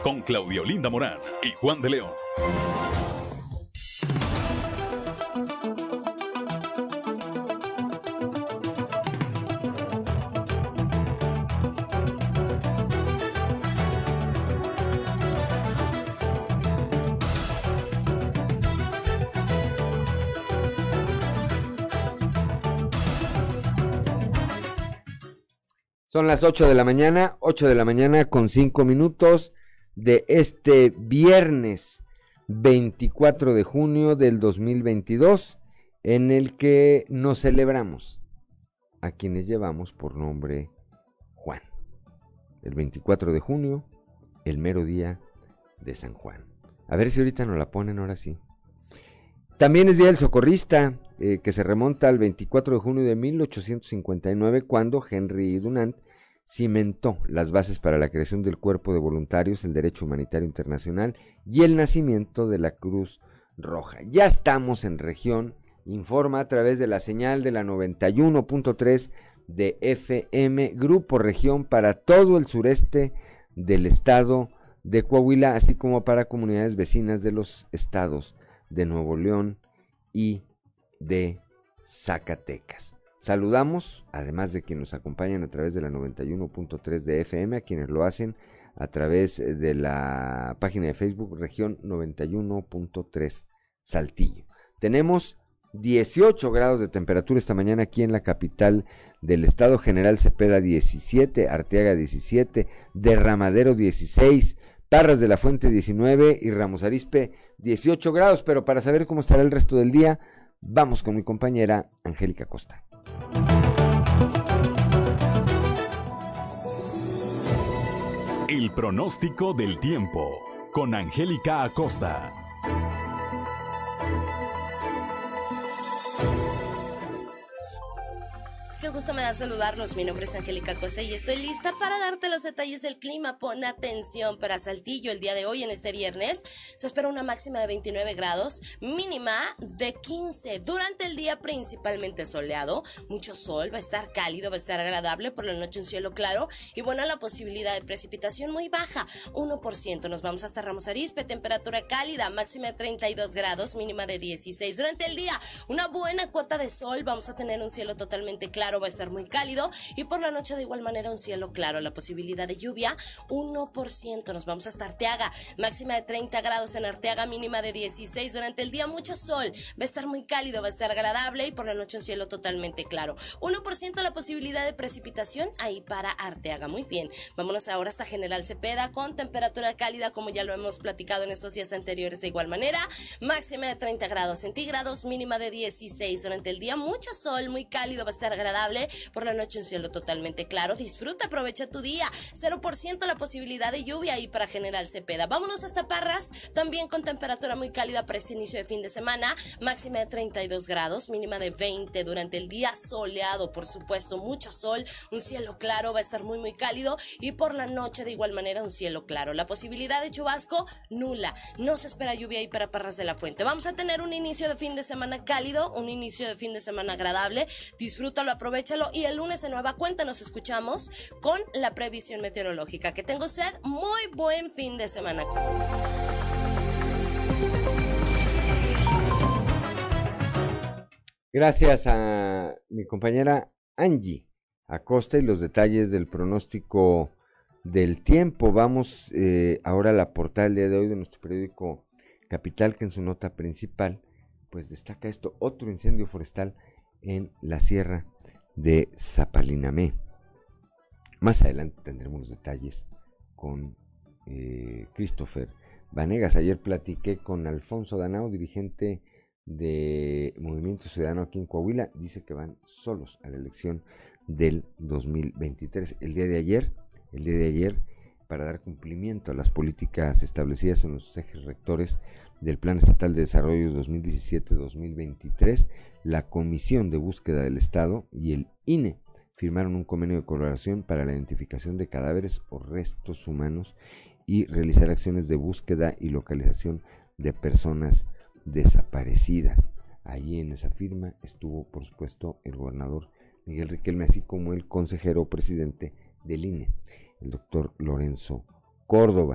con Claudia Olinda Morán y Juan de León. Son las 8 de la mañana, 8 de la mañana con 5 minutos de este viernes 24 de junio del 2022, en el que nos celebramos a quienes llevamos por nombre Juan. El 24 de junio, el mero día de San Juan. A ver si ahorita nos la ponen, ahora sí. También es Día del Socorrista, que se remonta al 24 de junio de 1859, cuando Henry Dunant cimentó las bases para la creación del Cuerpo de Voluntarios, el Derecho Humanitario Internacional y el nacimiento de la Cruz Roja. Ya estamos en región, informa a través de la señal de la 91.3 de FM, Grupo Región, para todo el sureste del estado de Coahuila, así como para comunidades vecinas de los estados de Nuevo León y de Zacatecas. Saludamos, además de quienes nos acompañan a través de la 91.3 de FM, a quienes lo hacen a través de la página de Facebook Región 91.3 Saltillo. Tenemos 18 grados de temperatura esta mañana aquí en la capital del estado. General Cepeda 17, Arteaga 17, Derramadero 16, Parras de la Fuente 19 y Ramos Arizpe 18 grados, pero para saber cómo estará el resto del día, vamos con mi compañera Angélica Acosta. El pronóstico del tiempo con Angélica Acosta. Qué gusto me da saludarlos, mi nombre es Angélica Acosta y estoy lista para darte los detalles del clima. Pon atención, para Saltillo el día de hoy, en este viernes, se espera una máxima de 29 grados, mínima de 15. Durante el día principalmente soleado, mucho sol, va a estar cálido, va a estar agradable, por la noche un cielo claro y bueno, la posibilidad de precipitación muy baja, 1%. Nos vamos hasta Ramos Arizpe, temperatura cálida, máxima de 32 grados, mínima de 16. Durante el día, una buena cuota de sol, vamos a tener un cielo totalmente claro, va a estar muy cálido y por la noche de igual manera un cielo claro, la posibilidad de lluvia 1%. Nos vamos hasta Arteaga, máxima de 30 grados en Arteaga, mínima de 16. Durante el día mucho sol, va a estar muy cálido, va a estar agradable y por la noche un cielo totalmente claro, 1% la posibilidad de precipitación ahí para Arteaga. Muy bien, vámonos ahora hasta General Cepeda con temperatura cálida, como ya lo hemos platicado en estos días anteriores de igual manera, máxima de 30 grados centígrados, mínima de 16. Durante el día mucho sol, muy cálido, va a estar agradable, por la noche un cielo totalmente claro. Disfruta, aprovecha tu día, 0% la posibilidad de lluvia ahí para General Cepeda. Vámonos hasta Parras, también con temperatura muy cálida para este inicio de fin de semana, máxima de 32 grados, mínima de 20. Durante el día soleado, por supuesto, mucho sol, un cielo claro, va a estar muy cálido y por la noche de igual manera un cielo claro. La posibilidad de chubasco nula, no se espera lluvia ahí para Parras de la Fuente. Vamos a tener un inicio de fin de semana cálido, un inicio de fin de semana agradable. Disfrútalo, aprovechalo y el lunes de nueva cuenta nos escuchamos con la previsión meteorológica. Que tenga usted muy buen fin de semana. Gracias a mi compañera Angie Acosta y los detalles del pronóstico del tiempo. Vamos ahora a la portada del día de hoy de nuestro periódico Capital, que en su nota principal pues destaca esto: otro incendio forestal en la sierra de Zapalinamé. Más adelante tendremos los detalles con Christopher Vanegas. Ayer platiqué con Alfonso Danao, dirigente de Movimiento Ciudadano aquí en Coahuila. Dice que van solos a la elección del 2023. El día de ayer, para dar cumplimiento a las políticas establecidas en los ejes rectores del Plan Estatal de Desarrollo 2017-2023, la Comisión de Búsqueda del Estado y el INE firmaron un convenio de colaboración para la identificación de cadáveres o restos humanos y realizar acciones de búsqueda y localización de personas desaparecidas. Allí en esa firma estuvo, por supuesto, el gobernador Miguel Riquelme, así como el consejero presidente del INE, el doctor Lorenzo Córdoba.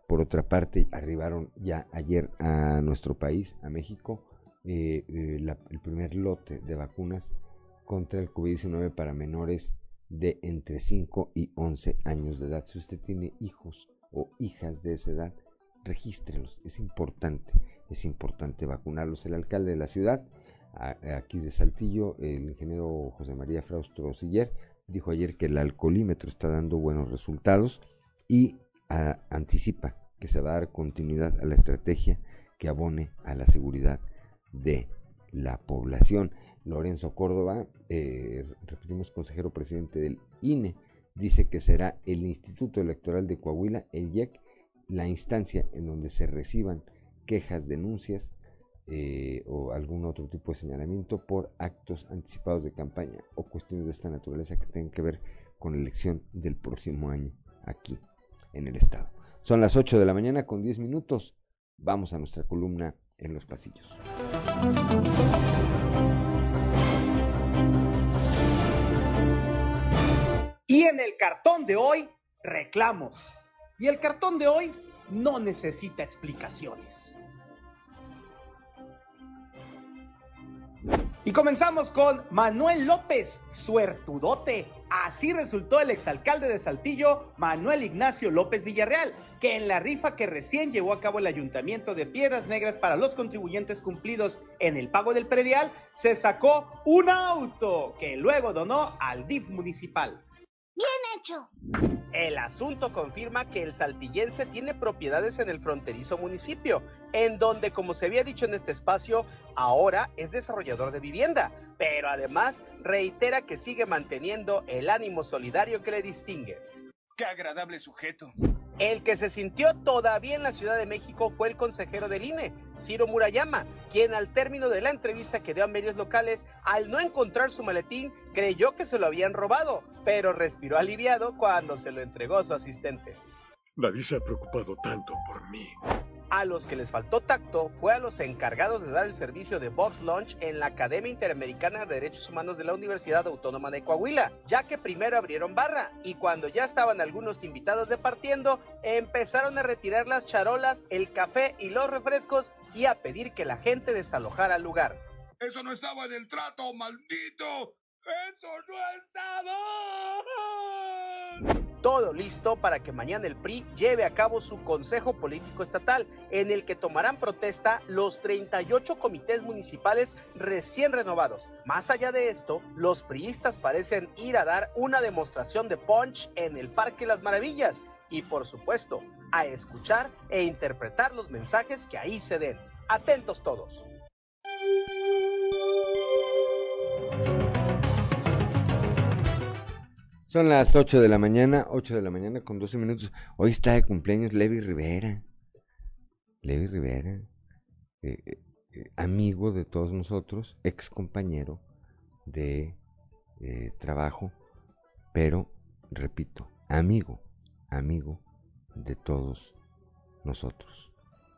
Por otra parte, arribaron ya ayer a nuestro país, a México, el primer lote de vacunas contra el COVID-19 para menores de entre 5 y 11 años de edad. Si usted tiene hijos o hijas de esa edad, regístrelos, es importante vacunarlos. El alcalde de la ciudad, aquí de Saltillo, el ingeniero José María Fraustro Siller, dijo ayer que el alcoholímetro está dando buenos resultados y anticipa que se va a dar continuidad a la estrategia que abone a la seguridad de la población. Lorenzo Córdoba, repetimos, consejero presidente del INE, dice que será el Instituto Electoral de Coahuila, el IEC, la instancia en donde se reciban quejas, denuncias o algún otro tipo de señalamiento por actos anticipados de campaña o cuestiones de esta naturaleza que tengan que ver con la elección del próximo año aquí en el estado. Son las 8 de la mañana con 10 minutos. Vamos a nuestra columna en los pasillos. Y en el cartón de hoy, reclamos. Y el cartón de hoy no necesita explicaciones. Y comenzamos con Manuel López, suertudote. Así resultó el exalcalde de Saltillo, Manuel Ignacio López Villarreal, que en la rifa que recién llevó a cabo el Ayuntamiento de Piedras Negras para los contribuyentes cumplidos en el pago del predial, se sacó un auto que luego donó al DIF municipal. ¡Bien hecho! El asunto confirma que el saltillense tiene propiedades en el fronterizo municipio, en donde, como se había dicho en este espacio, ahora es desarrollador de vivienda, pero además reitera que sigue manteniendo el ánimo solidario que le distingue. ¡Qué agradable sujeto! El que se sintió todavía en la Ciudad de México fue el consejero del INE, Ciro Murayama, quien al término de la entrevista que dio a medios locales, al no encontrar su maletín, creyó que se lo habían robado, pero respiró aliviado cuando se lo entregó su asistente. Nadie se ha preocupado tanto por mí. A los que les faltó tacto fue a los encargados de dar el servicio de Box Lunch en la Academia Interamericana de Derechos Humanos de la Universidad Autónoma de Coahuila, ya que primero abrieron barra y cuando ya estaban algunos invitados departiendo, empezaron a retirar las charolas, el café y los refrescos y a pedir que la gente desalojara el lugar. ¡Eso no estaba en el trato, maldito! ¡Eso no estaba! Todo listo para que mañana el PRI lleve a cabo su Consejo Político Estatal, en el que tomarán protesta los 38 comités municipales recién renovados. Más allá de esto, los priistas parecen ir a dar una demostración de punch en el Parque Las Maravillas y, por supuesto, a escuchar e interpretar los mensajes que ahí se den. Atentos todos. Son las 8 de la mañana con 12 minutos. Hoy está de cumpleaños Levi Rivera. Amigo de todos nosotros, ex compañero de trabajo, pero, repito, amigo de todos nosotros.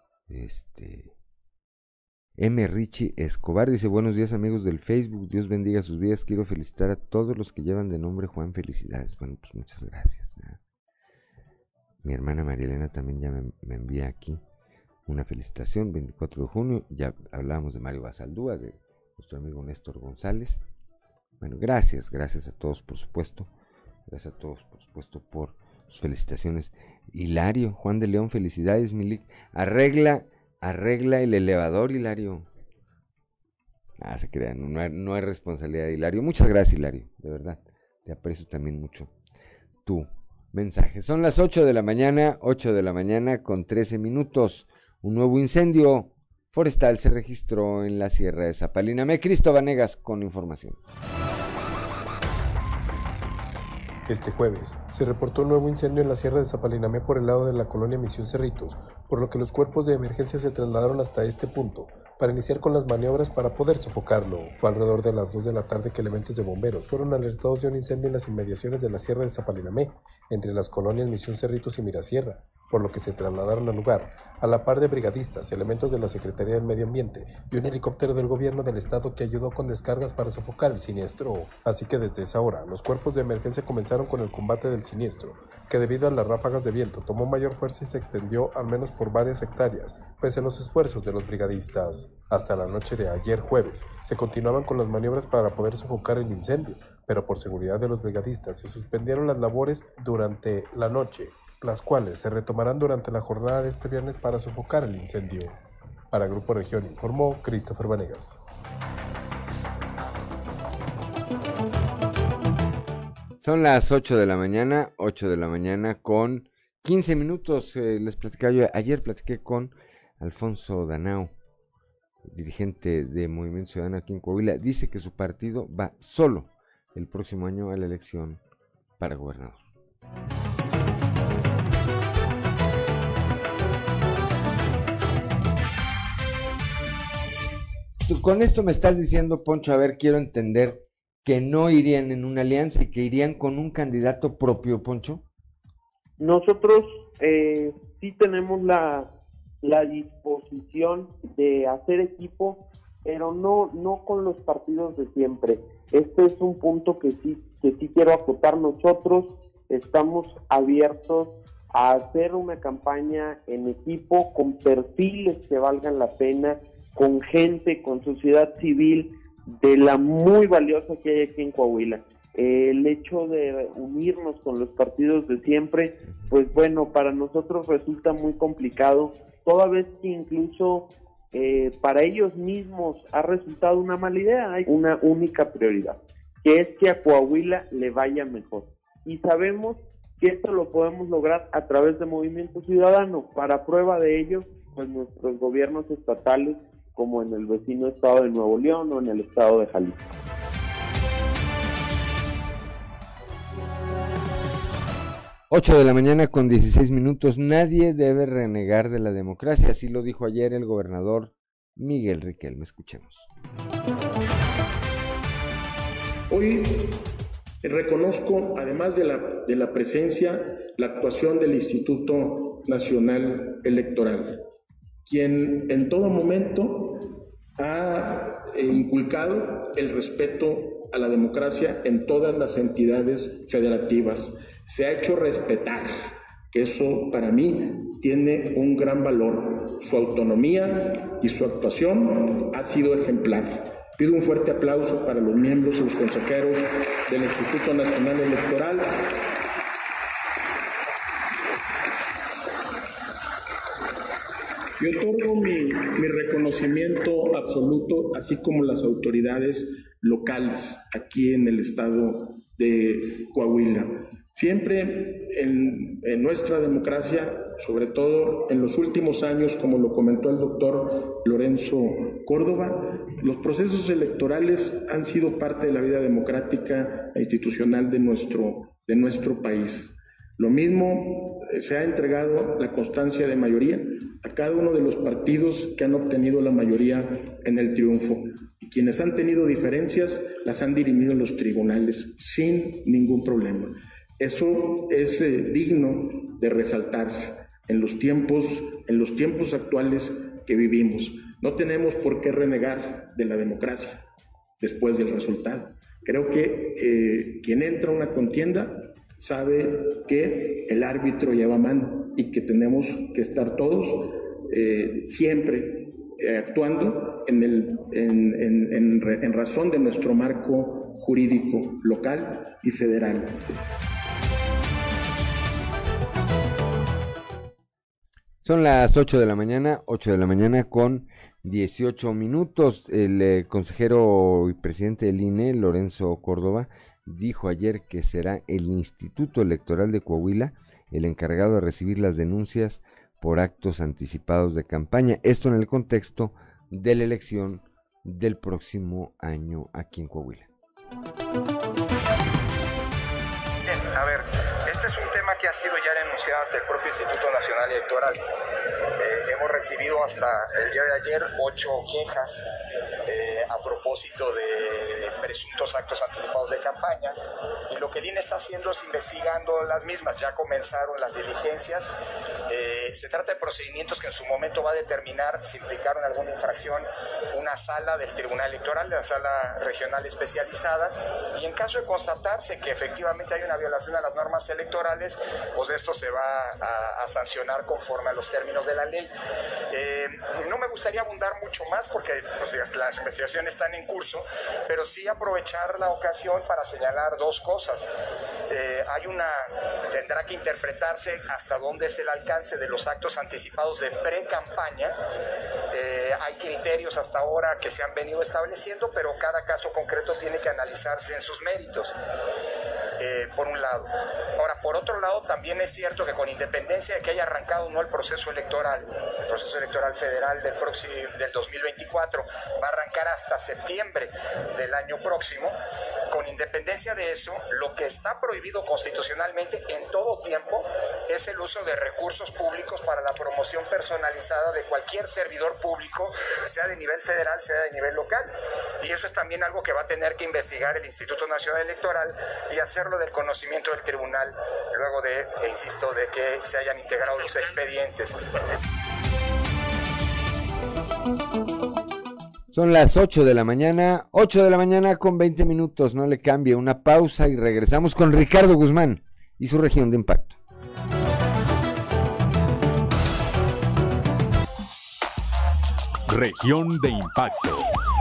M. Richie Escobar dice: buenos días amigos del Facebook, Dios bendiga sus vidas, quiero felicitar a todos los que llevan de nombre Juan, felicidades. Bueno, pues muchas gracias, ¿verdad? Mi hermana María Elena también ya me envía aquí una felicitación, 24 de junio, ya hablábamos de Mario Basaldúa, de nuestro amigo Néstor González. Bueno, gracias a todos por supuesto, por sus felicitaciones. Hilario, Juan de León, felicidades, Milik, arregla el elevador, Hilario. Se crean, no es responsabilidad de Hilario. Muchas gracias, Hilario, de verdad. Te aprecio también mucho tu mensaje. Son las 8 de la mañana con 13 minutos. Un nuevo incendio forestal se registró en la Sierra de Zapalinamé. Cristo Vanegas con información. Este jueves se reportó un nuevo incendio en la Sierra de Zapalinamé por el lado de la colonia Misión Cerritos, por lo que los cuerpos de emergencia se trasladaron hasta este punto para iniciar con las maniobras para poder sofocarlo. Fue alrededor de las 2 de la tarde que elementos de bomberos fueron alertados de un incendio en las inmediaciones de la Sierra de Zapalinamé, entre las colonias Misión Cerritos y Mirasierra, por lo que se trasladaron al lugar, a la par de brigadistas, elementos de la Secretaría del Medio Ambiente y un helicóptero del gobierno del estado que ayudó con descargas para sofocar el siniestro. Así que desde esa hora, los cuerpos de emergencia comenzaron con el combate del siniestro, que debido a las ráfagas de viento tomó mayor fuerza y se extendió al menos por varias hectáreas, pese a los esfuerzos de los brigadistas. Hasta la noche de ayer jueves, se continuaban con las maniobras para poder sofocar el incendio, pero por seguridad de los brigadistas se suspendieron las labores durante la noche, las cuales se retomarán durante la jornada de este viernes para sofocar el incendio. Para Grupo Región informó Christopher Vanegas. Son las 8 de la mañana con 15 minutos. Les platicaba yo, ayer platiqué con Alfonso Danao, dirigente de Movimiento Ciudadano aquí en Coahuila. Dice que su partido va solo el próximo año a la elección para gobernador. Tú con esto me estás diciendo, Poncho, a ver, quiero entender que no irían en una alianza y que irían con un candidato propio, Poncho. Nosotros sí tenemos la disposición de hacer equipo, pero no con los partidos de siempre. Este es un punto que sí quiero acotar. Nosotros estamos abiertos a hacer una campaña en equipo con perfiles que valgan la pena, con gente, con sociedad civil de la muy valiosa que hay aquí en Coahuila. El hecho de unirnos con los partidos de siempre, pues bueno, para nosotros resulta muy complicado, toda vez que incluso para ellos mismos ha resultado una mala idea. Hay una única prioridad, que es que a Coahuila le vaya mejor. Y sabemos que esto lo podemos lograr a través de Movimiento Ciudadano. Para prueba de ello, pues nuestros gobiernos estatales, como en el vecino estado de Nuevo León o en el estado de Jalisco. Ocho de la mañana con 16 minutos. Nadie debe renegar de la democracia, así lo dijo ayer el gobernador Miguel Riquelme. Escuchemos. Hoy reconozco, además de la presencia, la actuación del Instituto Nacional Electoral, quien en todo momento ha inculcado el respeto a la democracia en todas las entidades federativas. Se ha hecho respetar, que eso para mí tiene un gran valor. Su autonomía y su actuación ha sido ejemplar. Pido un fuerte aplauso para los miembros y los consejeros del Instituto Nacional Electoral. Y otorgo mi reconocimiento absoluto, así como las autoridades locales aquí en el estado de Coahuila. Siempre en nuestra democracia, sobre todo en los últimos años, como lo comentó el doctor Lorenzo Córdoba, los procesos electorales han sido parte de la vida democrática e institucional de nuestro país. Lo mismo se ha entregado la constancia de mayoría a cada uno de los partidos que han obtenido la mayoría en el triunfo. Y quienes han tenido diferencias las han dirimido en los tribunales sin ningún problema. Eso es digno de resaltarse en los tiempos actuales que vivimos. No tenemos por qué renegar de la democracia después del resultado. Creo que quien entra a una contienda sabe que el árbitro lleva mano y que tenemos que estar todos siempre actuando en razón de nuestro marco jurídico local y federal. Son las 8 de la mañana con 18 minutos. El consejero y presidente del INE, Lorenzo Córdoba, dijo ayer que será el Instituto Electoral de Coahuila el encargado de recibir las denuncias por actos anticipados de campaña. Esto en el contexto de la elección del próximo año aquí en Coahuila. Bien, a ver, este es un tema que ha sido ya denunciado ante el propio Instituto Nacional Electoral. Hemos recibido hasta el día de ayer 8 quejas a propósito propósito de presuntos actos anticipados de campaña, y lo que el INE está haciendo es investigando las mismas. Ya comenzaron las diligencias. Se trata de procedimientos que en su momento va a determinar si implicaron alguna infracción una sala del Tribunal Electoral, la sala regional especializada, y en caso de constatarse que efectivamente hay una violación a las normas electorales, pues esto se va a sancionar conforme a los términos de la ley. No me gustaría abundar mucho más porque pues, las investigaciones están en curso, pero sí aprovechar la ocasión para señalar dos cosas. Tendrá que interpretarse hasta dónde es el alcance de los actos anticipados de pre-campaña. Hay criterios hasta ahora que se han venido estableciendo, pero cada caso concreto tiene que analizarse en sus méritos. Por un lado. Ahora, por otro lado, también es cierto que con independencia de que haya arrancado o no el proceso electoral federal del 2024 va a arrancar hasta septiembre del año próximo, con independencia de eso, lo que está prohibido constitucionalmente en todo tiempo es el uso de recursos públicos para la promoción personalizada de cualquier servidor público, sea de nivel federal, sea de nivel local. Y eso es también algo que va a tener que investigar el Instituto Nacional Electoral y hacerlo del conocimiento del tribunal, luego de que se hayan integrado los expedientes. Son las 8 de la mañana, 8 de la mañana con 20 minutos, no le cambie, una pausa y regresamos con Ricardo Guzmán y su región de impacto. Región de impacto.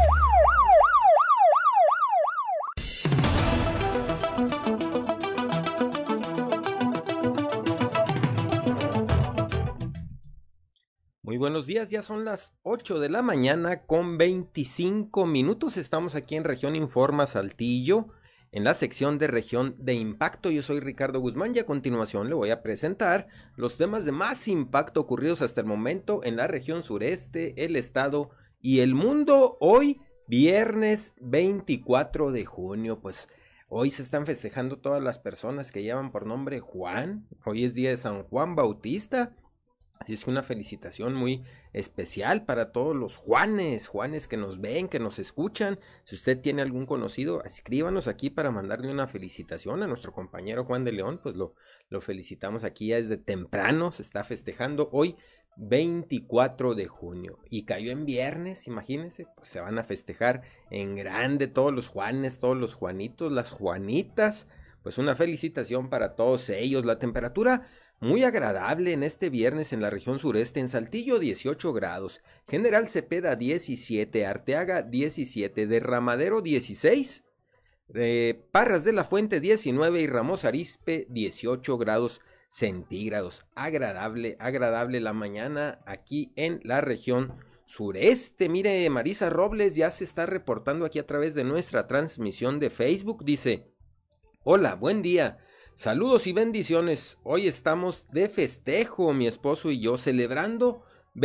Muy buenos días, ya son las 8 de la mañana con 25 minutos. Estamos aquí en Región Informa Saltillo, en la sección de Región de Impacto. Yo soy Ricardo Guzmán y a continuación le voy a presentar los temas de más impacto ocurridos hasta el momento en la región sureste, el estado y el mundo. Hoy, viernes 24 de junio, pues hoy se están festejando todas las personas que llevan por nombre Juan. Hoy es día de San Juan Bautista. Así es que una felicitación muy especial para todos los Juanes que nos ven, que nos escuchan. Si usted tiene algún conocido, escríbanos aquí para mandarle una felicitación a nuestro compañero Juan de León. Pues lo felicitamos aquí ya desde temprano, se está festejando hoy 24 de junio. Y cayó en viernes, imagínense, pues se van a festejar en grande todos los Juanes, todos los Juanitos, las Juanitas. Pues una felicitación para todos ellos. La temperatura muy agradable en este viernes en la región sureste, en Saltillo 18 grados, General Cepeda 17, Arteaga 17, Derramadero 16, Parras de la Fuente 19 y Ramos Arizpe 18 grados centígrados. Agradable la mañana aquí en la región sureste. Mire, Marisa Robles ya se está reportando aquí a través de nuestra transmisión de Facebook. Dice: hola, buen día. Saludos y bendiciones. Hoy estamos de festejo, mi esposo y yo, celebrando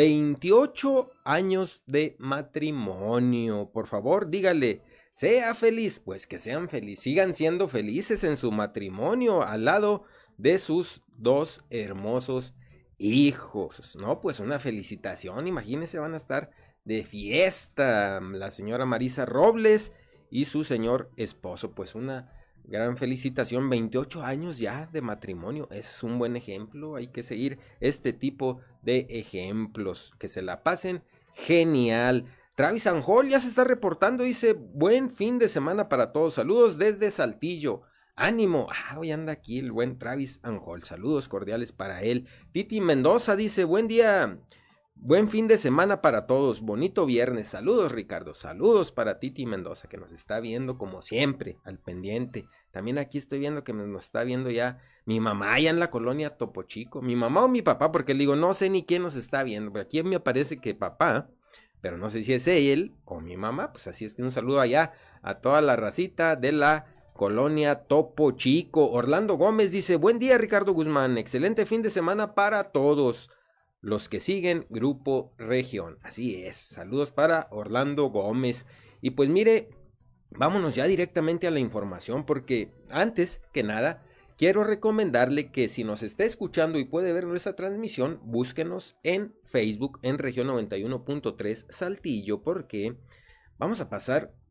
28 años de matrimonio. Por favor, dígale, sea feliz. Pues que sean felices, sigan siendo felices en su matrimonio al lado de sus dos hermosos hijos. No, pues una felicitación. Imagínense, van a estar de fiesta la señora Marisa Robles y su señor esposo. Pues una gran felicitación, 28 años ya de matrimonio, es un buen ejemplo, hay que seguir este tipo de ejemplos, que se la pasen genial. Travis Anjol ya se está reportando, dice, buen fin de semana para todos, saludos desde Saltillo, ánimo, hoy anda aquí el buen Travis Anjol, saludos cordiales para él. Titi Mendoza dice, buen día, buen fin de semana para todos, bonito viernes, saludos Ricardo, saludos para Titi Mendoza que nos está viendo como siempre, al pendiente. También aquí estoy viendo que nos está viendo ya mi mamá allá en la colonia Topo Chico, mi mamá o mi papá, porque le digo, no sé ni quién nos está viendo, pero aquí me aparece que papá, pero no sé si es él o mi mamá. Pues así es que un saludo allá a toda la racita de la colonia Topo Chico. Orlando Gómez dice, buen día Ricardo Guzmán, excelente fin de semana para todos los que siguen Grupo Región. Así es, saludos para Orlando Gómez. Y pues mire, vámonos ya directamente a la información, porque antes que nada quiero recomendarle que si nos está escuchando y puede ver nuestra transmisión, búsquenos en Facebook en Región 91.3 Saltillo, porque vamos a pasar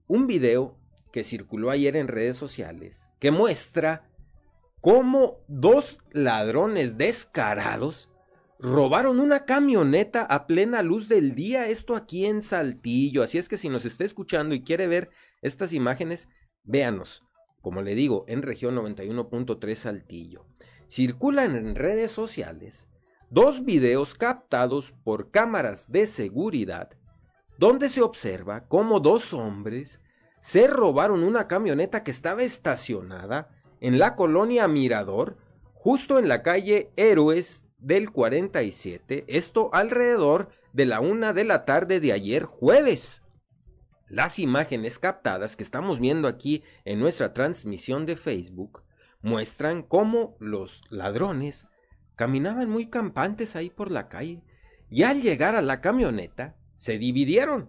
un video que circuló ayer en redes sociales que muestra cómo 2 ladrones descarados robaron una camioneta a plena luz del día, esto aquí en Saltillo. Así es que si nos está escuchando y quiere ver estas imágenes, véanos, como le digo, en región 91.3 Saltillo. Circulan en redes sociales 2 videos captados por cámaras de seguridad, donde se observa cómo 2 hombres se robaron una camioneta que estaba estacionada en la colonia Mirador, justo en la calle Héroes del 47, esto alrededor de la 1 de la tarde de ayer jueves. Las imágenes captadas que estamos viendo aquí en nuestra transmisión de Facebook muestran cómo los ladrones caminaban muy campantes ahí por la calle y al llegar a la camioneta se dividieron.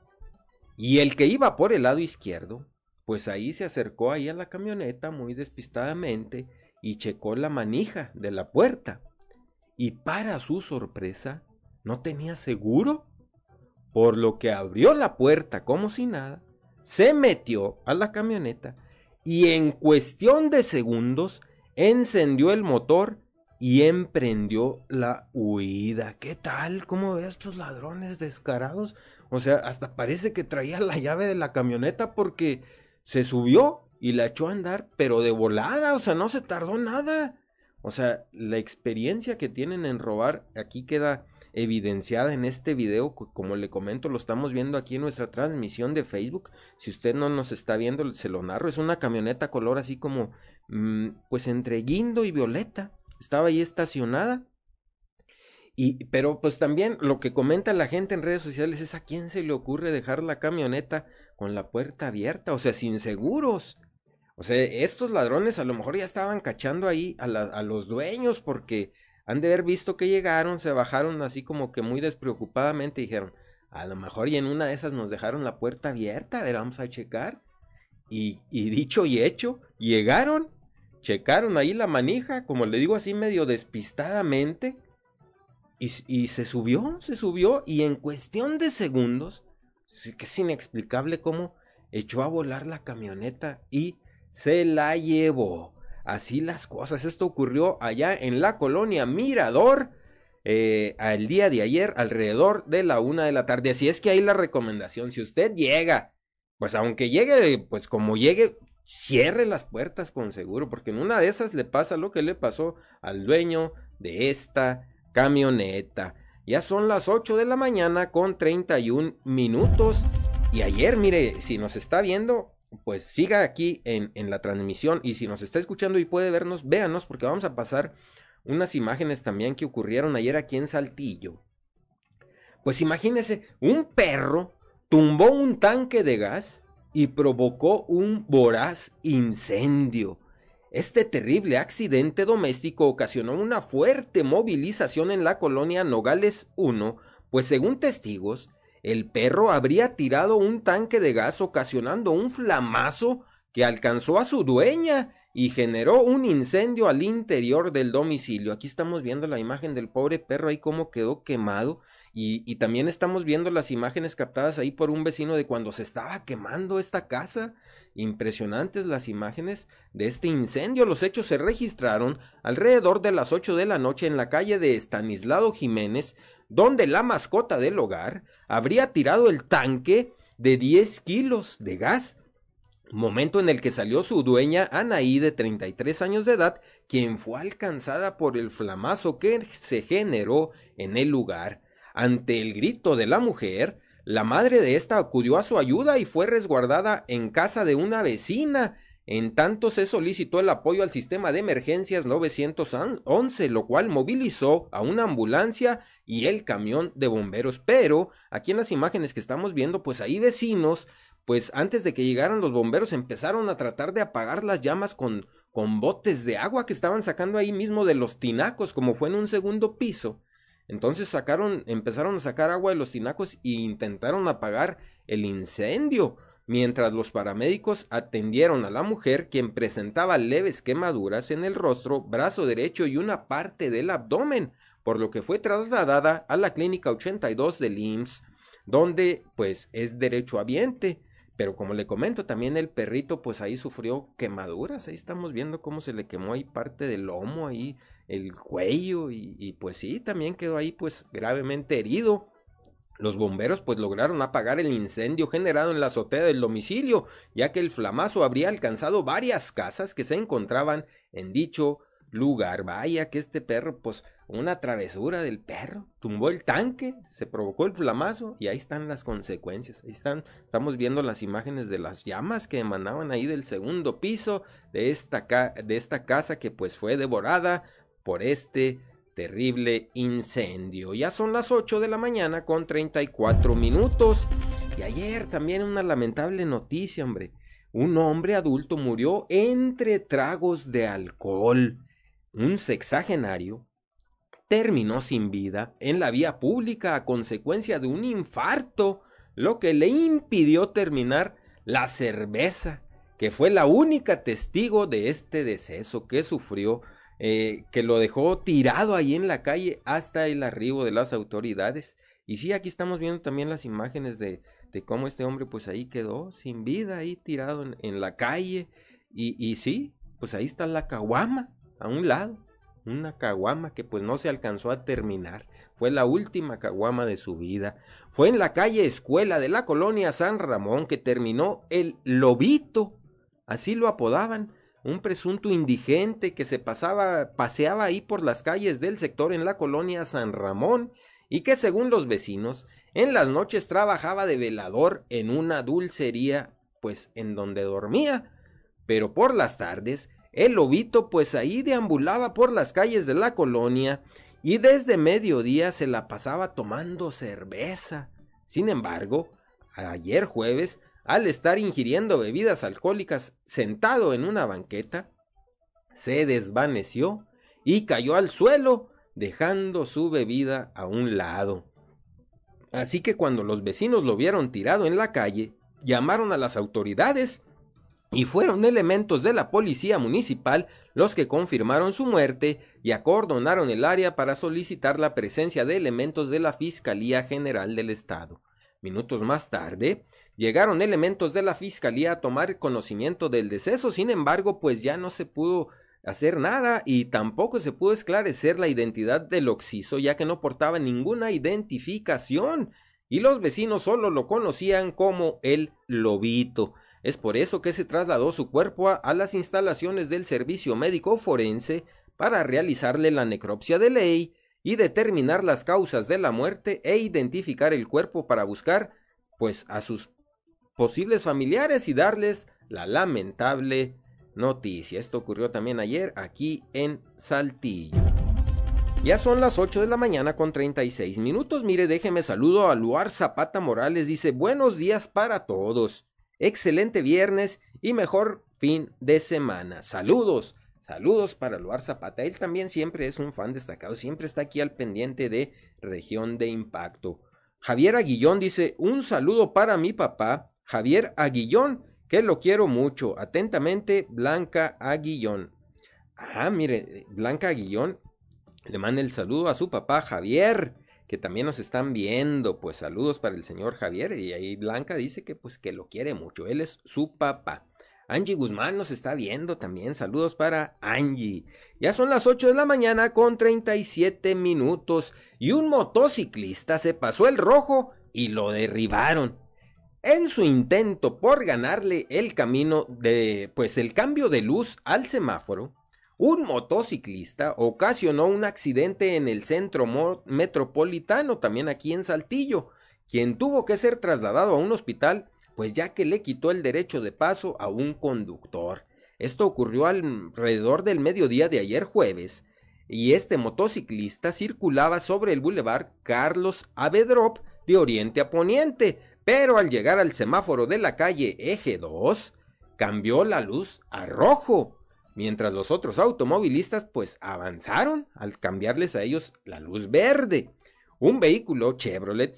Y el que iba por el lado izquierdo, pues ahí se acercó ahí a la camioneta muy despistadamente y checó la manija de la puerta. Y para su sorpresa, no tenía seguro, por lo que abrió la puerta como si nada, se metió a la camioneta y en cuestión de segundos encendió el motor y emprendió la huida. ¿Qué tal? ¿Cómo ve a estos ladrones descarados? O sea, hasta parece que traía la llave de la camioneta porque se subió y la echó a andar, pero de volada, o sea, no se tardó nada. O sea, la experiencia que tienen en robar aquí queda evidenciada en este video, como le comento, lo estamos viendo aquí en nuestra transmisión de Facebook. Si usted no nos está viendo, se lo narro, es una camioneta color así como, pues entre guindo y violeta, estaba ahí estacionada. Pero pues también lo que comenta la gente en redes sociales es a quién se le ocurre dejar la camioneta con la puerta abierta, o sea, sin seguros. O sea, estos ladrones a lo mejor ya estaban cachando ahí a los dueños porque han de haber visto que llegaron, se bajaron así como que muy despreocupadamente y dijeron, a lo mejor y en una de esas nos dejaron la puerta abierta, a ver, vamos a checar. Y dicho y hecho, llegaron, checaron ahí la manija, como le digo así medio despistadamente, y se subió y en cuestión de segundos, que es inexplicable cómo echó a volar la camioneta y se la llevó. Así las cosas. Esto ocurrió allá en la colonia Mirador el día de ayer alrededor de la 1 de la tarde. Así es que ahí la recomendación, si usted llega, pues aunque llegue, pues como llegue, cierre las puertas con seguro, porque en una de esas le pasa lo que le pasó al dueño de esta camioneta. Ya son las 8 de la mañana con 31 minutos. Y ayer, mire, si nos está viendo, pues siga aquí en la transmisión, y si nos está escuchando y puede vernos, véanos, porque vamos a pasar unas imágenes también que ocurrieron ayer aquí en Saltillo. Pues imagínese, un perro tumbó un tanque de gas y provocó un voraz incendio. Este terrible accidente doméstico ocasionó una fuerte movilización en la colonia Nogales 1, pues según testigos, el perro habría tirado un tanque de gas ocasionando un flamazo que alcanzó a su dueña y generó un incendio al interior del domicilio. Aquí estamos viendo la imagen del pobre perro ahí cómo quedó quemado y también estamos viendo las imágenes captadas ahí por un vecino de cuando se estaba quemando esta casa. Impresionantes las imágenes de este incendio. Los hechos se registraron alrededor de las 8 de la noche en la calle de Estanislao Jiménez, donde la mascota del hogar habría tirado el tanque de 10 kilos de gas, momento en el que salió su dueña Anaí, de 33 años de edad, quien fue alcanzada por el flamazo que se generó en el lugar. Ante el grito de la mujer, la madre de esta acudió a su ayuda y fue resguardada en casa de una vecina. En tanto se solicitó el apoyo al sistema de emergencias 911, lo cual movilizó a una ambulancia y el camión de bomberos. Pero aquí en las imágenes que estamos viendo, pues ahí vecinos, pues antes de que llegaran los bomberos empezaron a tratar de apagar las llamas con botes de agua que estaban sacando ahí mismo de los tinacos, como fue en un segundo piso. Entonces empezaron a sacar agua de los tinacos e intentaron apagar el incendio, mientras los paramédicos atendieron a la mujer, quien presentaba leves quemaduras en el rostro, brazo derecho y una parte del abdomen, por lo que fue trasladada a la clínica 82 del IMSS, donde pues es derechohabiente. Pero como le comento, también el perrito pues ahí sufrió quemaduras, ahí estamos viendo cómo se le quemó ahí parte del lomo, ahí el cuello y pues sí, también quedó ahí pues gravemente herido. Los bomberos pues lograron apagar el incendio generado en la azotea del domicilio, ya que el flamazo habría alcanzado varias casas que se encontraban en dicho lugar. Vaya que este perro, pues una travesura del perro, tumbó el tanque, se provocó el flamazo y ahí están las consecuencias. Ahí estamos viendo las imágenes de las llamas que emanaban ahí del segundo piso de esta casa que pues fue devorada por este terrible incendio. Ya son las 8 de la mañana con 34 minutos. Y ayer también una lamentable noticia, hombre. Un hombre adulto murió entre tragos de alcohol. Un sexagenario terminó sin vida en la vía pública a consecuencia de un infarto, lo que le impidió terminar la cerveza, que fue la única testigo de este deceso que sufrió, que lo dejó tirado ahí en la calle hasta el arribo de las autoridades. Y sí, aquí estamos viendo también las imágenes de cómo este hombre pues ahí quedó sin vida, ahí tirado en la calle. Y sí, pues ahí está la caguama a un lado, una caguama que pues no se alcanzó a terminar, fue la última caguama de su vida. Fue en la calle Escuela de la colonia San Ramón que terminó el Lobito, así lo apodaban, un presunto indigente que se paseaba ahí por las calles del sector en la colonia San Ramón y que según los vecinos en las noches trabajaba de velador en una dulcería pues en donde dormía, pero por las tardes el Lobito pues ahí deambulaba por las calles de la colonia y desde mediodía se la pasaba tomando cerveza. Sin embargo, ayer jueves, al estar ingiriendo bebidas alcohólicas sentado en una banqueta, se desvaneció y cayó al suelo, dejando su bebida a un lado. Así que cuando los vecinos lo vieron tirado en la calle, llamaron a las autoridades y fueron elementos de la policía municipal los que confirmaron su muerte y acordonaron el área para solicitar la presencia de elementos de la Fiscalía General del Estado. Minutos más tarde, llegaron elementos de la Fiscalía a tomar conocimiento del deceso, sin embargo, pues ya no se pudo hacer nada y tampoco se pudo esclarecer la identidad del occiso, ya que no portaba ninguna identificación y los vecinos solo lo conocían como el Lobito. Es por eso que se trasladó su cuerpo a las instalaciones del Servicio Médico Forense para realizarle la necropsia de ley y determinar las causas de la muerte e identificar el cuerpo para buscar pues a sus posibles familiares y darles la lamentable noticia. Esto ocurrió también ayer aquí en Saltillo. Ya son las 8 de la mañana con 36 minutos. Mire, déjeme saludo a Luar Zapata Morales. Dice, buenos días para todos. Excelente viernes y mejor fin de semana. Saludos. Saludos para Luar Zapata. Él también siempre es un fan destacado. Siempre está aquí al pendiente de Región de Impacto. Javier Aguillón dice, un saludo para mi papá, Javier Aguillón, que lo quiero mucho. Atentamente, Blanca Aguillón. Ah, mire, Blanca Aguillón le manda el saludo a su papá Javier, que también nos están viendo. Pues saludos para el señor Javier. Y ahí Blanca dice que pues que lo quiere mucho. Él es su papá. Angie Guzmán nos está viendo también. Saludos para Angie. Ya son las 8 de la mañana con 37 minutos. Y un motociclista se pasó el rojo y lo derribaron. En su intento por ganarle el camino de, pues el cambio de luz al semáforo, un motociclista ocasionó un accidente en el centro metropolitano, también aquí en Saltillo, quien tuvo que ser trasladado a un hospital, pues ya que le quitó el derecho de paso a un conductor. Esto ocurrió alrededor del mediodía de ayer jueves, y este motociclista circulaba sobre el bulevar Carlos Avedrop de oriente a poniente, pero al llegar al semáforo de la calle Eje 2, cambió la luz a rojo, mientras los otros automovilistas pues avanzaron al cambiarles a ellos la luz verde. Un vehículo Chevrolet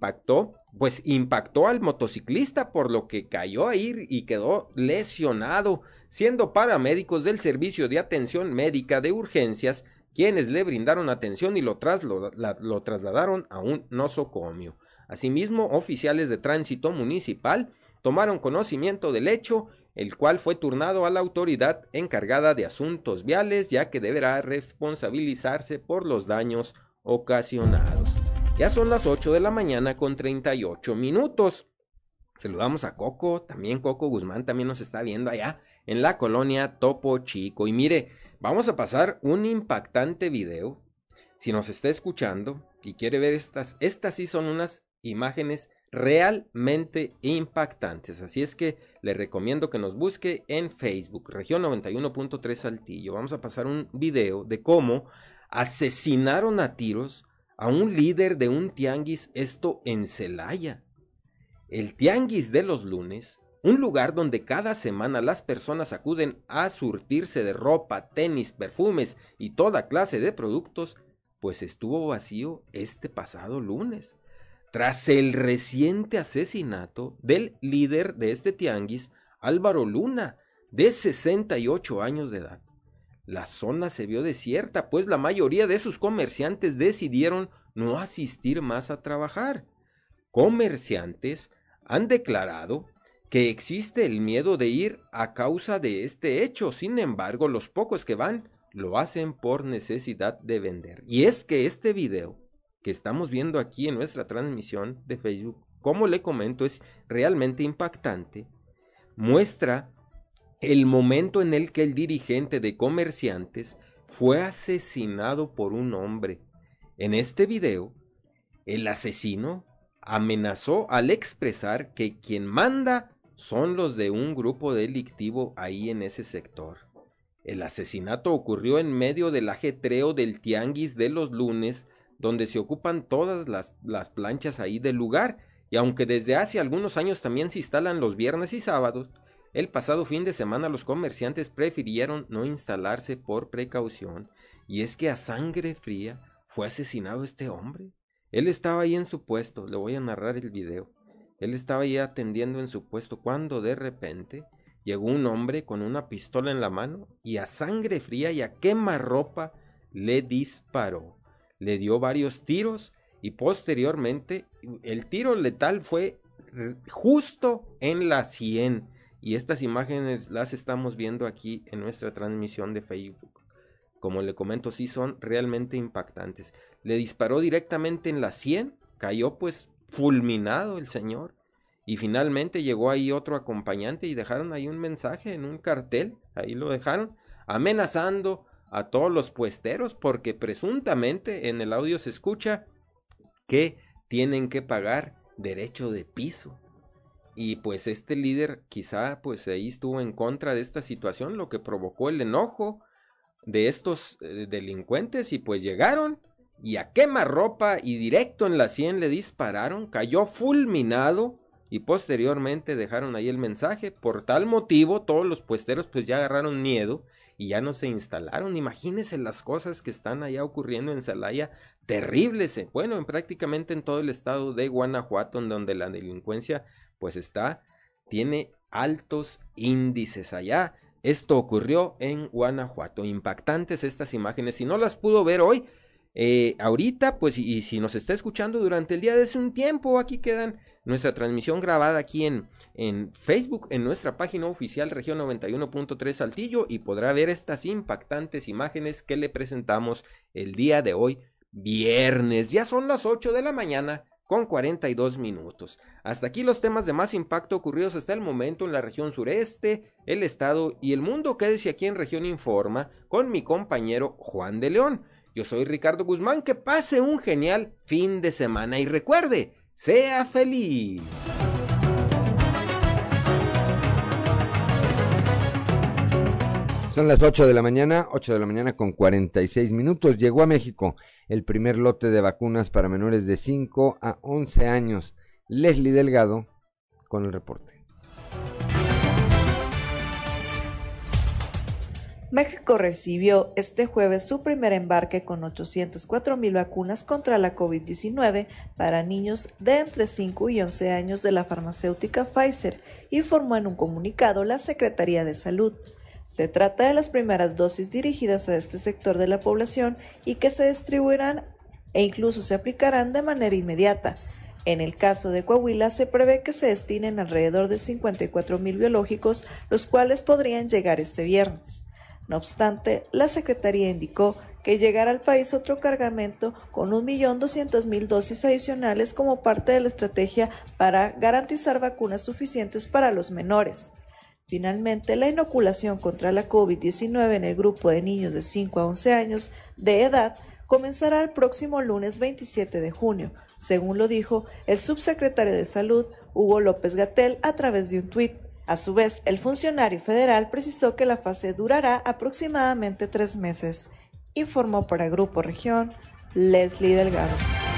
impactó al motociclista, por lo que cayó ahí y quedó lesionado, siendo paramédicos del Servicio de Atención Médica de Urgencias quienes le brindaron atención y lo trasladaron a un nosocomio. Asimismo, oficiales de tránsito municipal tomaron conocimiento del hecho, el cual fue turnado a la autoridad encargada de asuntos viales, ya que deberá responsabilizarse por los daños ocasionados. Ya son las 8 de la mañana con 38 minutos. Saludamos a Coco, también Coco Guzmán también nos está viendo allá en la colonia Topo Chico. Y mire, vamos a pasar un impactante video. Si nos está escuchando y quiere ver estas sí son unas imágenes realmente impactantes. Así es que le recomiendo que nos busque en Facebook, Región 91.3 Saltillo. Vamos a pasar un video de cómo asesinaron a tiros a un líder de un tianguis, esto en Celaya. El tianguis de los lunes, un lugar donde cada semana las personas acuden a surtirse de ropa, tenis, perfumes y toda clase de productos, pues estuvo vacío este pasado lunes. Tras el reciente asesinato del líder de este tianguis, Álvaro Luna, de 68 años de edad. La zona se vio desierta, pues la mayoría de sus comerciantes decidieron no asistir más a trabajar. Comerciantes han declarado que existe el miedo de ir a causa de este hecho. Sin embargo, los pocos que van lo hacen por necesidad de vender. Y es que este video que estamos viendo aquí en nuestra transmisión de Facebook, como le comento, es realmente impactante. Muestra el momento en el que el dirigente de comerciantes fue asesinado por un hombre. En este video, el asesino amenazó al expresar que quien manda son los de un grupo delictivo ahí en ese sector. El asesinato ocurrió en medio del ajetreo del tianguis de los lunes, donde se ocupan todas las planchas ahí del lugar, y aunque desde hace algunos años también se instalan los viernes y sábados, el pasado fin de semana los comerciantes prefirieron no instalarse por precaución, y es que a sangre fría fue asesinado este hombre. Él estaba ahí en su puesto, le voy a narrar el video. Él estaba ahí atendiendo en su puesto cuando de repente llegó un hombre con una pistola en la mano y a sangre fría y a quemarropa le disparó. Le dio varios tiros y posteriormente el tiro letal fue justo en la 100. Y estas imágenes las estamos viendo aquí en nuestra transmisión de Facebook. Como le comento, sí son realmente impactantes. Le disparó directamente en la 100, cayó pues fulminado el señor. Y finalmente llegó ahí otro acompañante y dejaron ahí un mensaje en un cartel. Ahí lo dejaron amenazando a todos los puesteros porque presuntamente en el audio se escucha que tienen que pagar derecho de piso. Y pues este líder quizá pues ahí estuvo en contra de esta situación, lo que provocó el enojo de estos delincuentes y pues llegaron y a quemarropa y directo en la 100 le dispararon, cayó fulminado y posteriormente dejaron ahí el mensaje. Por tal motivo todos los puesteros pues ya agarraron miedo y ya no se instalaron. Imagínense las cosas que están allá ocurriendo en Celaya, terribles, bueno, prácticamente en todo el estado de Guanajuato, en donde la delincuencia pues tiene altos índices allá. Esto ocurrió en Guanajuato. Impactantes estas imágenes. Si no las pudo ver hoy, ahorita, pues, y si nos está escuchando durante el día de hace un tiempo, aquí quedan nuestra transmisión grabada aquí en Facebook, en nuestra página oficial Región 91.3 Saltillo, y podrá ver estas impactantes imágenes que le presentamos el día de hoy, viernes. Ya son las 8 de la mañana con 42 minutos. Hasta aquí los temas de más impacto ocurridos hasta el momento en la región sureste, el estado y el mundo. Quédese aquí en Región Informa con mi compañero Juan de León. Yo soy Ricardo Guzmán, que pase un genial fin de semana y recuerde, sea feliz. Son las 8 de la mañana con 46 minutos. Llegó a México el primer lote de vacunas para menores de 5 a 11 años. Leslie Delgado con el reporte. México recibió este jueves su primer embarque con 804,000 vacunas contra la COVID-19 para niños de entre 5 y 11 años de la farmacéutica Pfizer, informó en un comunicado la Secretaría de Salud. Se trata de las primeras dosis dirigidas a este sector de la población y que se distribuirán e incluso se aplicarán de manera inmediata. En el caso de Coahuila, se prevé que se destinen alrededor de 54,000 biológicos, los cuales podrían llegar este viernes. No obstante, la Secretaría indicó que llegará al país otro cargamento con 1.200.000 dosis adicionales como parte de la estrategia para garantizar vacunas suficientes para los menores. Finalmente, la inoculación contra la COVID-19 en el grupo de niños de 5 a 11 años de edad comenzará el próximo lunes 27 de junio, según lo dijo el subsecretario de Salud, Hugo López-Gatell, a través de un tuit. A su vez, el funcionario federal precisó que la fase durará aproximadamente 3 meses. Informó para Grupo Región, Leslie Delgado.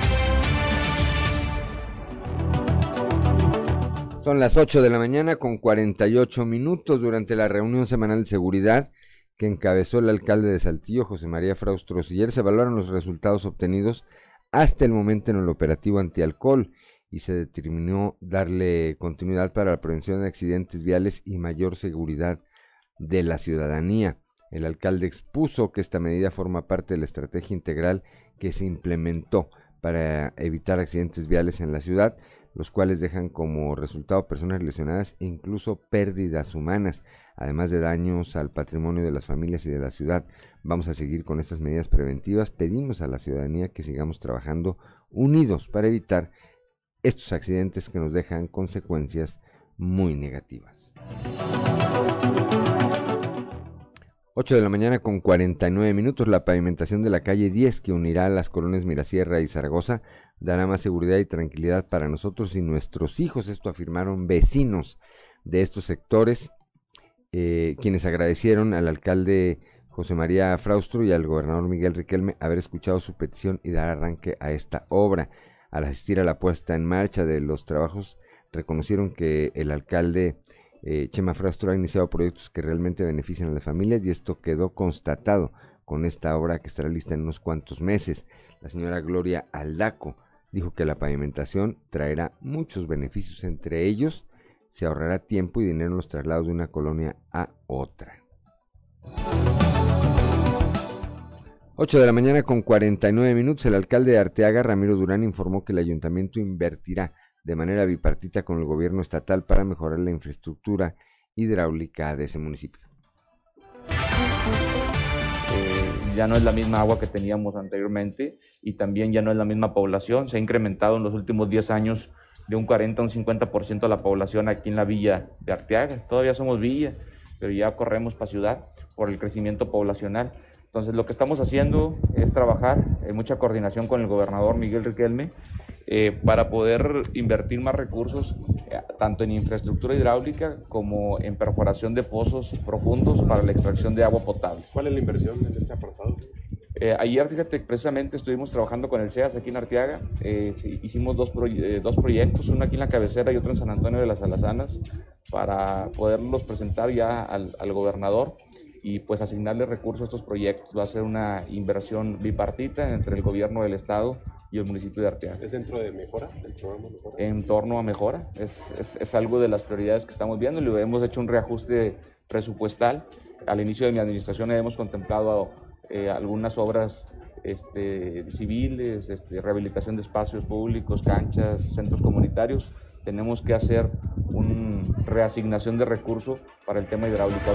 Son las 8 de la mañana con 48 minutos. Durante la reunión semanal de seguridad que encabezó el alcalde de Saltillo, José María Fraustro Siller, se evaluaron los resultados obtenidos hasta el momento en el operativo antialcohol y se determinó darle continuidad para la prevención de accidentes viales y mayor seguridad de la ciudadanía. El alcalde expuso que esta medida forma parte de la estrategia integral que se implementó para evitar accidentes viales en la ciudad, los cuales dejan como resultado personas lesionadas e incluso pérdidas humanas, además de daños al patrimonio de las familias y de la ciudad. Vamos a seguir con estas medidas preventivas. Pedimos a la ciudadanía que sigamos trabajando unidos para evitar estos accidentes que nos dejan consecuencias muy negativas. 8 de la mañana con 49 minutos. La pavimentación de la calle 10 que unirá a las colonias Mirasierra y Zaragoza dará más seguridad y tranquilidad para nosotros y nuestros hijos. Esto afirmaron vecinos de estos sectores, quienes agradecieron al alcalde José María Fraustro y al gobernador Miguel Riquelme haber escuchado su petición y dar arranque a esta obra. Al asistir a la puesta en marcha de los trabajos, reconocieron que el alcalde Chema Fraustro ha iniciado proyectos que realmente benefician a las familias y esto quedó constatado con esta obra que estará lista en unos cuantos meses. La señora Gloria Aldaco dijo que la pavimentación traerá muchos beneficios, entre ellos se ahorrará tiempo y dinero en los traslados de una colonia a otra. 8 de la mañana con 49 minutos. El alcalde de Arteaga, Ramiro Durán, informó que el ayuntamiento invertirá de manera bipartita con el gobierno estatal para mejorar la infraestructura hidráulica de ese municipio. Ya no es la misma agua que teníamos anteriormente y también ya no es la misma población. Se ha incrementado en los últimos 10 años de un 40 a un 50% la población aquí en la villa de Arteaga. Todavía somos villa, pero ya corremos para ciudad por el crecimiento poblacional. Entonces lo que estamos haciendo es trabajar en mucha coordinación con el gobernador Miguel Riquelme para poder invertir más recursos tanto en infraestructura hidráulica como en perforación de pozos profundos para la extracción de agua potable. ¿Cuál es la inversión en este apartado? Ayer, fíjate, precisamente estuvimos trabajando con el CEAS aquí en Arteaga. Hicimos dos proyectos, uno aquí en la cabecera y otro en San Antonio de las Alazanas, para poderlos presentar ya al gobernador y pues asignarle recursos a estos proyectos. Va a ser una inversión bipartita entre el gobierno del estado y el municipio de Arteaga. ¿Es dentro de Mejora, el programa Mejora? En torno a Mejora, es algo de las prioridades que estamos viendo. Le hemos hecho un reajuste presupuestal. Al inicio de mi administración hemos contemplado algunas obras civiles, rehabilitación de espacios públicos, canchas, centros comunitarios. Tenemos que hacer una reasignación de recursos para el tema hidráulico.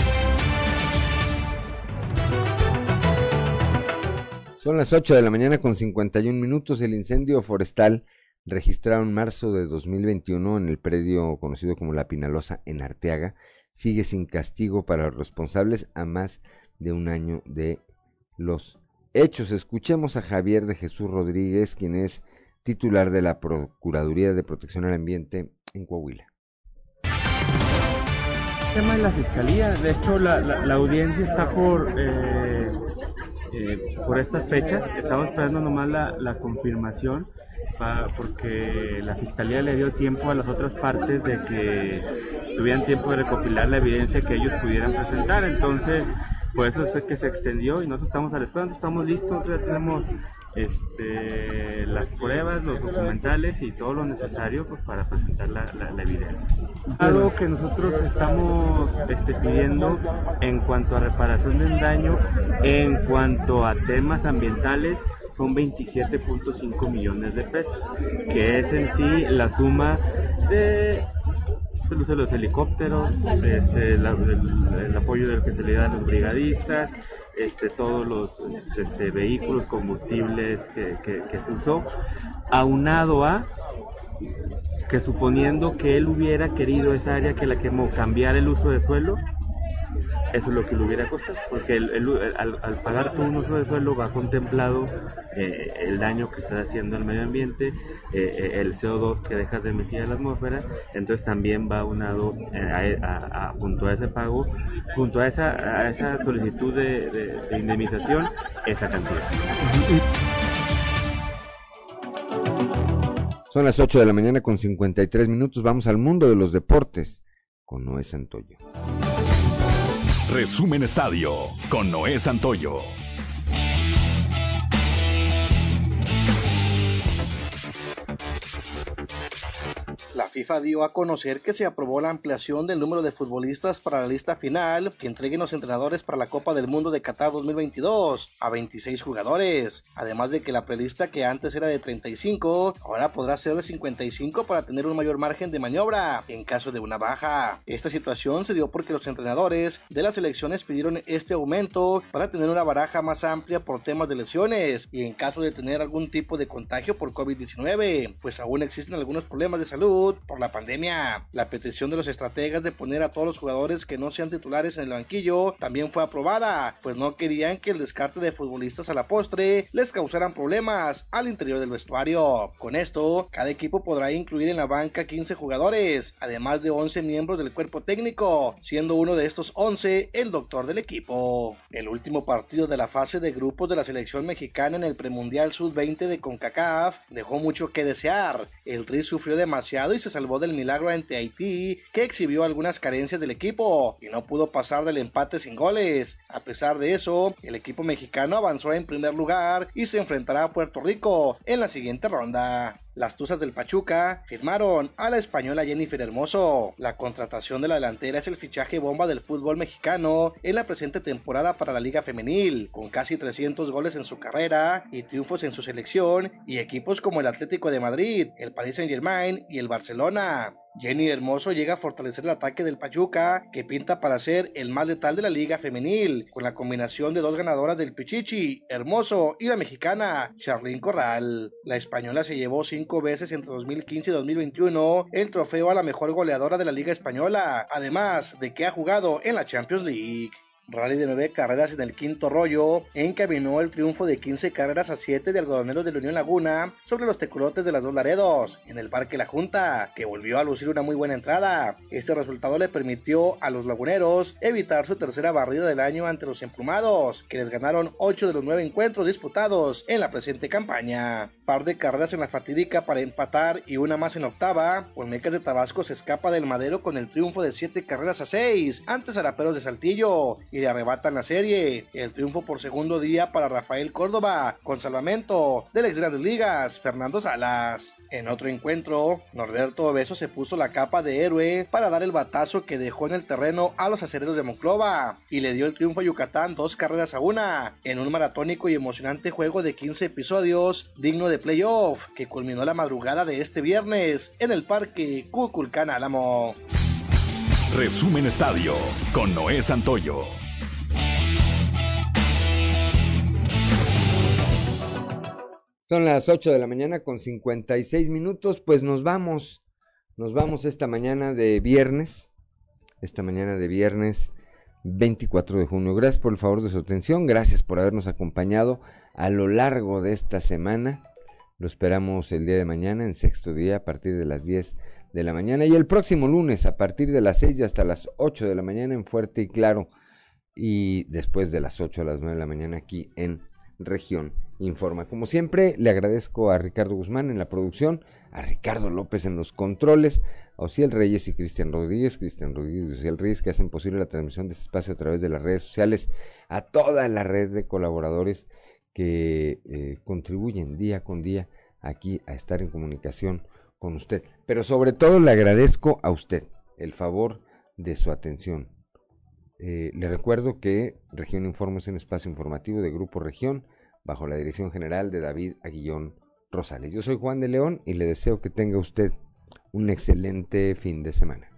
Son las 8 de la mañana con 51 minutos. El incendio forestal registrado en marzo de 2021 en el predio conocido como La Pinalosa en Arteaga sigue sin castigo para los responsables a más de un año de los hechos. Escuchemos a Javier de Jesús Rodríguez, quien es titular de la Procuraduría de Protección al Ambiente en Coahuila. El tema de la fiscalía, de hecho la audiencia está por estas fechas. Estamos esperando nomás la confirmación porque la fiscalía le dio tiempo a las otras partes de que tuvieran tiempo de recopilar la evidencia que ellos pudieran presentar. Entonces, por eso es que se extendió y nosotros estamos a la espera, estamos listos, nosotros ya tenemos las pruebas, los documentales y todo lo necesario pues, para presentar la evidencia. Algo que nosotros estamos pidiendo en cuanto a reparación del daño, en cuanto a temas ambientales, son 27.5 millones de pesos, que es en sí la suma de el uso de los helicópteros, el apoyo del que se le da a los brigadistas, todos los vehículos, combustibles que se usó, aunado a que suponiendo que él hubiera querido esa área que la quemó cambiar el uso de suelo, eso es lo que le hubiera costado, porque al pagar todo un uso de suelo va contemplado el daño que está haciendo al medio ambiente, el CO2 que dejas de emitir a la atmósfera, entonces también va aunado junto a ese pago, junto a esa solicitud de indemnización, esa cantidad. Son las 8 de la mañana con 53 minutos, vamos al mundo de los deportes con Noé Santoyo. Resumen Estadio con Noé Santoyo. La FIFA dio a conocer que se aprobó la ampliación del número de futbolistas para la lista final que entreguen los entrenadores para la Copa del Mundo de Qatar 2022 a 26 jugadores, además de que la prelista, que antes era de 35, ahora podrá ser de 55 para tener un mayor margen de maniobra en caso de una baja. Esta situación se dio porque los entrenadores de las selecciones pidieron este aumento para tener una baraja más amplia por temas de lesiones y en caso de tener algún tipo de contagio por COVID-19, pues aún existen algunos problemas de salud por la pandemia. La petición de los estrategas de poner a todos los jugadores que no sean titulares en el banquillo también fue aprobada, pues no querían que el descarte de futbolistas a la postre les causaran problemas al interior del vestuario. Con esto, cada equipo podrá incluir en la banca 15 jugadores, además de 11 miembros del cuerpo técnico, siendo uno de estos 11 el doctor del equipo. El último partido de la fase de grupos de la selección mexicana en el premundial sub-20 de CONCACAF dejó mucho que desear. El Tri sufrió demasiado y se salvó del milagro ante Haití, que exhibió algunas carencias del equipo y no pudo pasar del empate sin goles. A pesar de eso, el equipo mexicano avanzó en primer lugar y se enfrentará a Puerto Rico en la siguiente ronda. Las Tuzas del Pachuca firmaron a la española Jennifer Hermoso. La contratación de la delantera es el fichaje bomba del fútbol mexicano en la presente temporada para la Liga Femenil, con casi 300 goles en su carrera y triunfos en su selección y equipos como el Atlético de Madrid, el Paris Saint-Germain y el Barcelona. Jenny Hermoso llega a fortalecer el ataque del Pachuca, que pinta para ser el más letal de la Liga Femenil, con la combinación de dos ganadoras del Pichichi, Hermoso, y la mexicana, Charlyn Corral. La española se llevó 5 veces entre 2015 y 2021 el trofeo a la mejor goleadora de la Liga Española, además de que ha jugado en la Champions League. Rally de 9 carreras en el quinto rollo encaminó el triunfo de 15 carreras a 7 de Algodoneros de la Unión Laguna sobre los Tecolotes de las Dos Laredos en el Parque La Junta, que volvió a lucir una muy buena entrada. Este resultado le permitió a los laguneros evitar su tercera barrida del año ante los emplumados, que les ganaron 8 de los 9 encuentros disputados en la presente campaña. Par de carreras en la fatídica para empatar y una más en octava. Olmecas de Tabasco se escapa del Madero con el triunfo de 7 carreras a 6 ante Zaraperos de Saltillo y le arrebatan la serie. El triunfo por segundo día para Rafael Córdoba, con salvamento del ex Grandes Ligas Fernando Salas. En otro encuentro, Norberto Obeso se puso la capa de héroe para dar el batazo que dejó en el terreno a los acereros de Monclova y le dio el triunfo a Yucatán 2 carreras a 1 en un maratónico y emocionante juego de 15 episodios digno de playoff que culminó la madrugada de este viernes en el Parque Cuculcán Álamo. Resumen Estadio con Noé Santoyo. Son las 8 de la mañana con 56 minutos, pues nos vamos esta mañana de viernes 24 de junio. Gracias por el favor de su atención, gracias por habernos acompañado a lo largo de esta semana. Lo esperamos el día de mañana en Sexto Día a partir de las 10 de la mañana y el próximo lunes a partir de las 6 y hasta las 8 de la mañana en Fuerte y Claro y después de las 8 a las 9 de la mañana aquí en Región Informa. Como siempre, le agradezco a Ricardo Guzmán en la producción, a Ricardo López en los controles, a Ociel Reyes y Cristian Rodríguez y Ociel Reyes, que hacen posible la transmisión de este espacio a través de las redes sociales, a toda la red de colaboradores que contribuyen día con día aquí a estar en comunicación con usted. Pero sobre todo le agradezco a usted el favor de su atención. Le recuerdo que Región Informa es un espacio informativo de Grupo Región, bajo la dirección general de David Aguillón Rosales. Yo soy Juan de León y le deseo que tenga usted un excelente fin de semana.